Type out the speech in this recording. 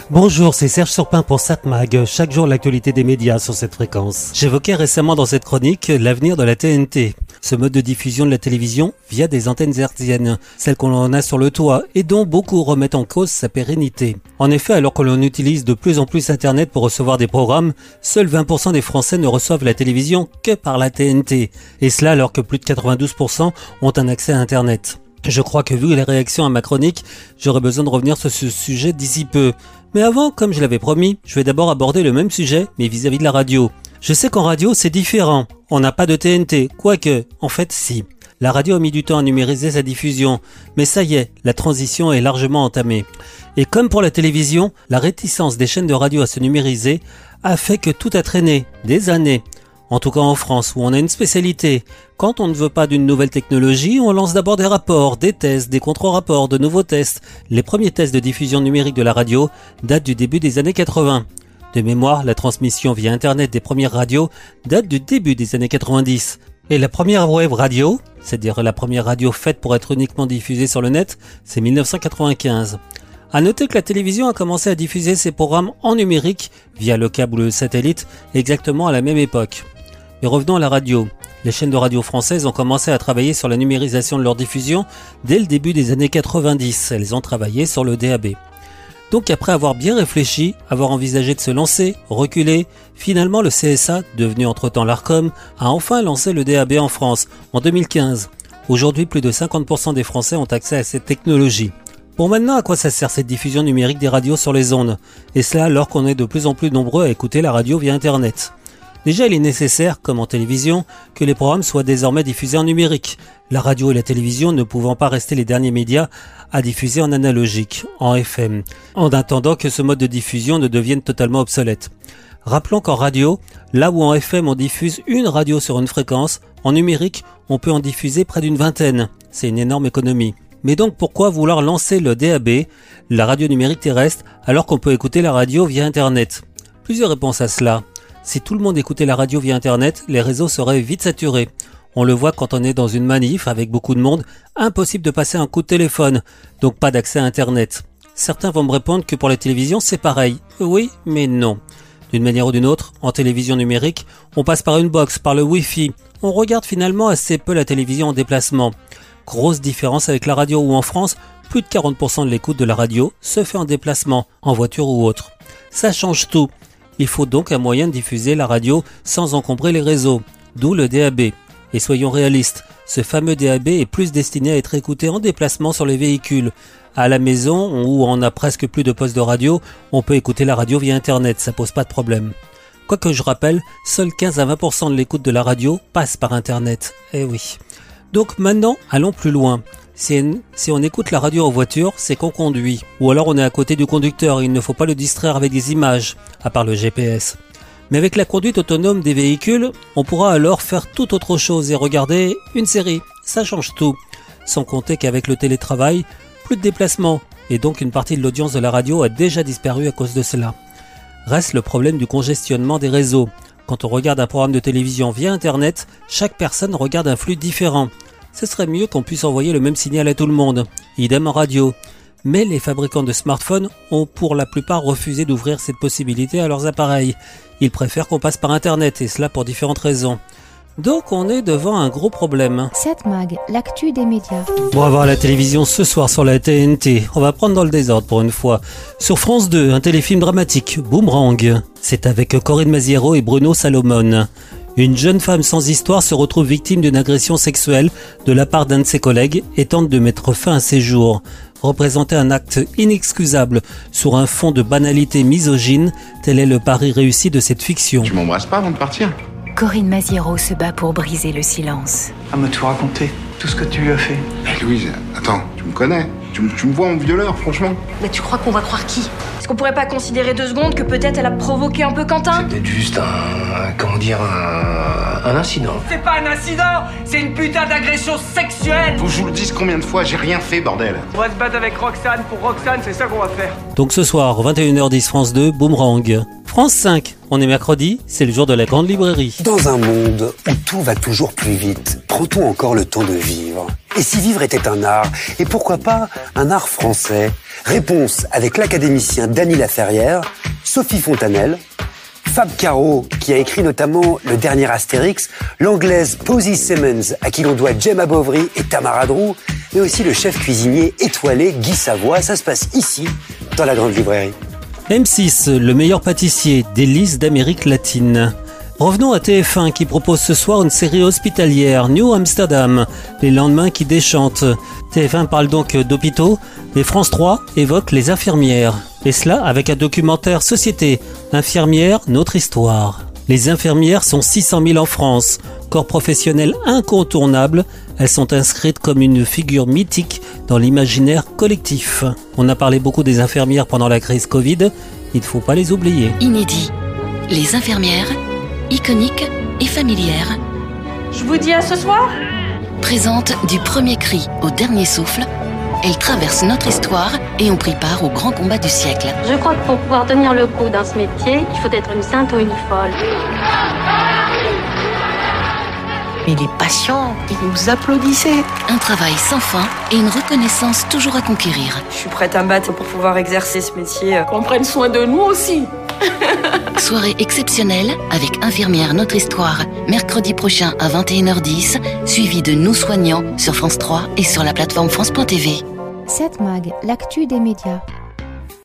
Bonjour, c'est Serge Surpin pour Satmag. Chaque jour, l'actualité des médias sur cette fréquence. J'évoquais récemment dans cette chronique l'avenir de la TNT. Ce mode de diffusion de la télévision via des antennes hertziennes, celles qu'on a sur le toit et dont beaucoup remettent en cause sa pérennité. En effet, alors que l'on utilise de plus en plus Internet pour recevoir des programmes, seuls 20% des Français ne reçoivent la télévision que par la TNT. Et cela alors que plus de 92% ont un accès à Internet. Je crois que vu les réactions à ma chronique, j'aurai besoin de revenir sur ce sujet d'ici peu. Mais avant, comme je l'avais promis, je vais d'abord aborder le même sujet, mais vis-à-vis de la radio. Je sais qu'en radio, c'est différent. On n'a pas de TNT, quoique, en fait, si. La radio a mis du temps à numériser sa diffusion, mais ça y est, la transition est largement entamée. Et comme pour la télévision, la réticence des chaînes de radio à se numériser a fait que tout a traîné, des années. En tout cas en France, où on a une spécialité. Quand on ne veut pas d'une nouvelle technologie, on lance d'abord des rapports, des tests, des contre-rapports, de nouveaux tests. Les premiers tests de diffusion numérique de la radio datent du début des années 80. De mémoire, la transmission via Internet des premières radios date du début des années 90. Et la première web radio, c'est-à-dire la première radio faite pour être uniquement diffusée sur le net, c'est 1995. À noter que la télévision a commencé à diffuser ses programmes en numérique via le câble ou le satellite exactement à la même époque. Mais revenons à la radio. Les chaînes de radio françaises ont commencé à travailler sur la numérisation de leur diffusion dès le début des années 90. Elles ont travaillé sur le DAB. Donc après avoir bien réfléchi, avoir envisagé de se lancer, reculer, finalement le CSA, devenu entre-temps l'Arcom, a enfin lancé le DAB en France en 2015. Aujourd'hui, plus de 50% des Français ont accès à cette technologie. Bon, maintenant, à quoi ça sert cette diffusion numérique des radios sur les ondes? Et cela alors qu'on est de plus en plus nombreux à écouter la radio via Internet. Déjà, il est nécessaire, comme en télévision, que les programmes soient désormais diffusés en numérique. La radio et la télévision ne pouvant pas rester les derniers médias à diffuser en analogique, en FM, en attendant que ce mode de diffusion ne devienne totalement obsolète. Rappelons qu'en radio, là où en FM on diffuse une radio sur une fréquence, en numérique, on peut en diffuser près d'une vingtaine. C'est une énorme économie. Mais donc pourquoi vouloir lancer le DAB, la radio numérique terrestre, alors qu'on peut écouter la radio via Internet? Plusieurs réponses à cela. Si tout le monde écoutait la radio via Internet, les réseaux seraient vite saturés. On le voit quand on est dans une manif avec beaucoup de monde, impossible de passer un coup de téléphone, donc pas d'accès à Internet. Certains vont me répondre que pour la télévision c'est pareil. Oui, mais non. D'une manière ou d'une autre, en télévision numérique, on passe par une box, par le Wi-Fi. On regarde finalement assez peu la télévision en déplacement. Grosse différence avec la radio où en France, plus de 40% de l'écoute de la radio se fait en déplacement, en voiture ou autre. Ça change tout. Il faut donc un moyen de diffuser la radio sans encombrer les réseaux, d'où le DAB. Et soyons réalistes, ce fameux DAB est plus destiné à être écouté en déplacement sur les véhicules. À la maison, où on a presque plus de postes de radio, on peut écouter la radio via Internet, ça pose pas de problème. Quoique je rappelle, seuls 15 à 20% de l'écoute de la radio passe par Internet. Eh oui. Donc maintenant, allons plus loin. Si on écoute la radio en voiture, c'est qu'on conduit. Ou alors on est à côté du conducteur, il ne faut pas le distraire avec des images, à part le GPS. Mais avec la conduite autonome des véhicules, on pourra alors faire tout autre chose et regarder une série. Ça change tout. Sans compter qu'avec le télétravail, plus de déplacements. Et donc une partie de l'audience de la radio a déjà disparu à cause de cela. Reste le problème du congestionnement des réseaux. Quand on regarde un programme de télévision via Internet, chaque personne regarde un flux différent. Ce serait mieux qu'on puisse envoyer le même signal à tout le monde. Idem en radio. Mais les fabricants de smartphones ont pour la plupart refusé d'ouvrir cette possibilité à leurs appareils. Ils préfèrent qu'on passe par Internet, et cela pour différentes raisons. Donc on est devant un gros problème. Satmag, l'actu des médias. On va voir la télévision ce soir sur la TNT. On va prendre dans le désordre pour une fois. Sur France 2, un téléfilm dramatique, Boomerang. C'est avec Corinne Maziero et Bruno Salomon. Une jeune femme sans histoire se retrouve victime d'une agression sexuelle de la part d'un de ses collègues et tente de mettre fin à ses jours. Représenter un acte inexcusable sur un fond de banalité misogyne, tel est le pari réussi de cette fiction. Tu m'embrasses pas avant de partir? Corinne Maziero se bat pour briser le silence. À me tout raconter, tout ce que tu lui as fait. Mais Louise, attends, tu me connais? Tu me vois en violeur, franchement? Mais tu crois qu'on va croire qui? Est-ce qu'on pourrait pas considérer 2 secondes que peut-être elle a provoqué un peu Quentin? C'est peut-être juste un incident. C'est pas un incident, c'est une putain d'agression sexuelle. Faut que je vous le dise combien de fois, j'ai rien fait, bordel. On va se battre avec Roxane pour Roxane, c'est ça qu'on va faire. Donc ce soir, 21h10 France 2, Boomerang. France 5, On est mercredi, c'est le jour de la grande librairie. Dans un monde où tout va toujours plus vite, prend-on encore le temps de vivre ? Et si vivre était un art ? Et pourquoi pas un art français ? Réponse avec l'académicien Dany Laferrière, Sophie Fontanelle, Fab Caro, qui a écrit notamment le dernier Astérix, l'anglaise Posy Simmons, à qui l'on doit Gemma Bovary et Tamara Drew, mais aussi le chef cuisinier étoilé Guy Savoy. Ça se passe ici, dans la grande librairie. M6, le meilleur pâtissier, délices d'Amérique latine. Revenons à TF1 qui propose ce soir une série hospitalière, New Amsterdam, les lendemains qui déchantent. TF1 parle donc d'hôpitaux, mais France 3 évoque les infirmières. Et cela avec un documentaire Société, Infirmières, notre histoire. Les infirmières sont 600 000 en France, corps professionnel incontournable. Elles sont inscrites comme une figure mythique dans l'imaginaire collectif. On a parlé beaucoup des infirmières pendant la crise Covid, il ne faut pas les oublier. Inédit, les infirmières, iconiques et familières. Je vous dis à ce soir. Présentes du premier cri au dernier souffle, elles traversent notre histoire et ont pris part au grand combat du siècle. Je crois que pour pouvoir tenir le coup dans ce métier, il faut être une sainte ou une folle. Et les patients, ils nous applaudissaient. Un travail sans fin et une reconnaissance toujours à conquérir. Je suis prête à me battre pour pouvoir exercer ce métier. Qu'on prenne soin de nous aussi. Soirée exceptionnelle avec Infirmières notre histoire, mercredi prochain à 21h10, suivi de Nous soignants sur France 3 et sur la plateforme France.tv. 7 Mag, l'actu des médias.